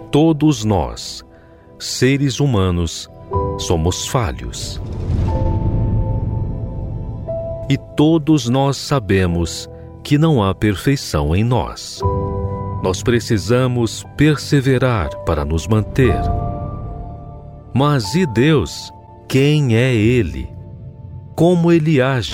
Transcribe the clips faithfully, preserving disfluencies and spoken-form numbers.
Todos nós, seres humanos, somos falhos. E todos nós sabemos que não há perfeição em nós. Nós precisamos perseverar para nos manter. Mas e Deus? Quem é Ele? Como Ele age?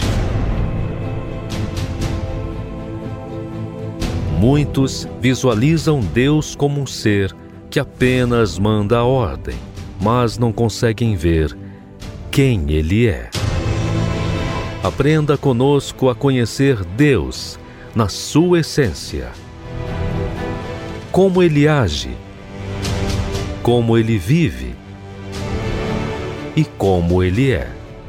Muitos visualizam Deus como um ser que apenas manda a ordem, mas não conseguem ver quem Ele é. Aprenda conosco a conhecer Deus na sua essência. Como Ele age, como Ele vive e como Ele é.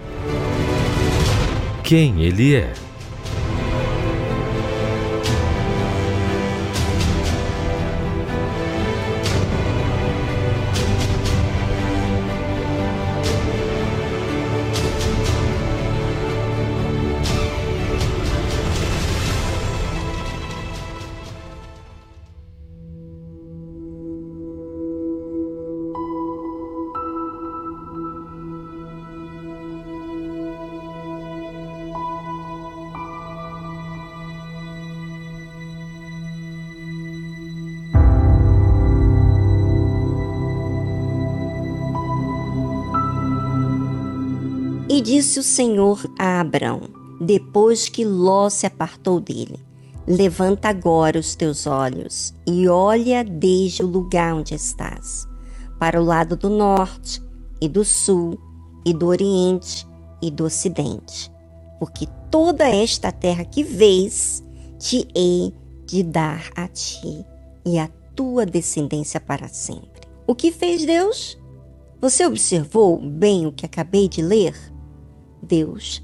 Quem Ele é. E disse o Senhor a Abrão, depois que Ló se apartou dele: levanta agora os teus olhos e olha desde o lugar onde estás, para o lado do norte e do sul e do oriente e do ocidente, porque toda esta terra que vês te hei de dar a ti e à tua descendência para sempre. O que fez Deus? Você observou bem o que acabei de ler? Deus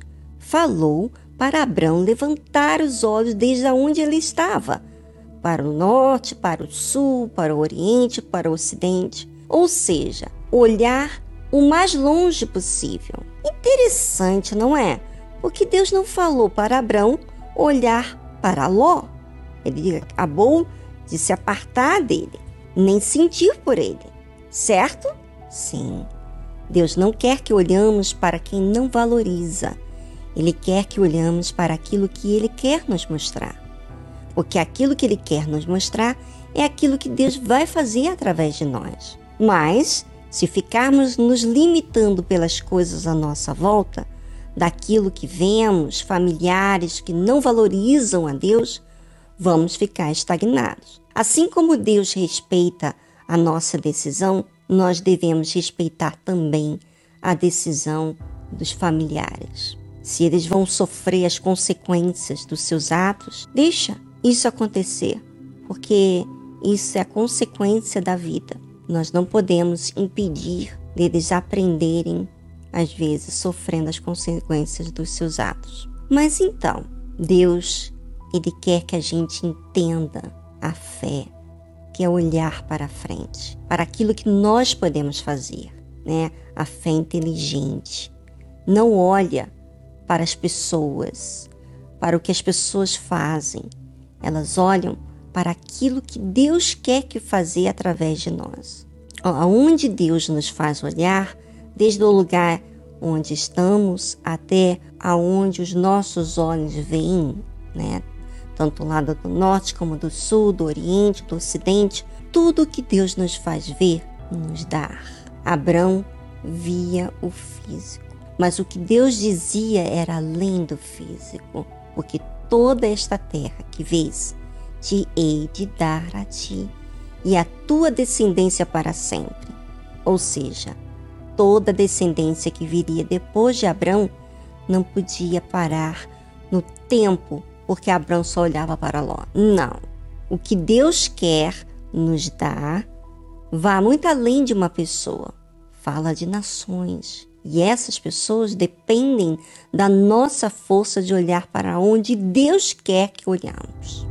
falou para Abrão levantar os olhos desde onde ele estava, para o norte, para o sul, para o oriente, para o ocidente, ou seja, olhar o mais longe possível. Interessante, não é? Porque Deus não falou para Abrão olhar para Ló. Ele acabou de se apartar dele, nem sentir por ele, certo? Sim. Deus não quer que olhamos para quem não valoriza. Ele quer que olhamos para aquilo que Ele quer nos mostrar. Porque aquilo que Ele quer nos mostrar é aquilo que Deus vai fazer através de nós. Mas, se ficarmos nos limitando pelas coisas à nossa volta, daquilo que vemos, familiares que não valorizam a Deus, vamos ficar estagnados. Assim como Deus respeita a nossa decisão, nós devemos respeitar também a decisão dos familiares. Se eles vão sofrer as consequências dos seus atos, deixa isso acontecer, porque isso é a consequência da vida. Nós não podemos impedir deles aprenderem, às vezes, sofrendo as consequências dos seus atos. Mas então, Deus, Ele quer que a gente entenda a fé, que é olhar para a frente, para aquilo que nós podemos fazer, né? A fé inteligente. Não olha para as pessoas, para o que as pessoas fazem. Elas olham para aquilo que Deus quer que fazer através de nós. Aonde Deus nos faz olhar, desde o lugar onde estamos até aonde os nossos olhos veem, né? Tanto do lado do norte como do sul, do oriente, do ocidente, tudo que Deus nos faz ver, nos dá. Abrão via o físico, mas o que Deus dizia era além do físico, porque toda esta terra que vês, te hei de dar a ti e a tua descendência para sempre. Ou seja, toda descendência que viria depois de Abrão não podia parar no tempo, porque Abrão só olhava para Ló. Não. O que Deus quer nos dar vai muito além de uma pessoa. Fala de nações. E essas pessoas dependem da nossa força de olhar para onde Deus quer que olhamos.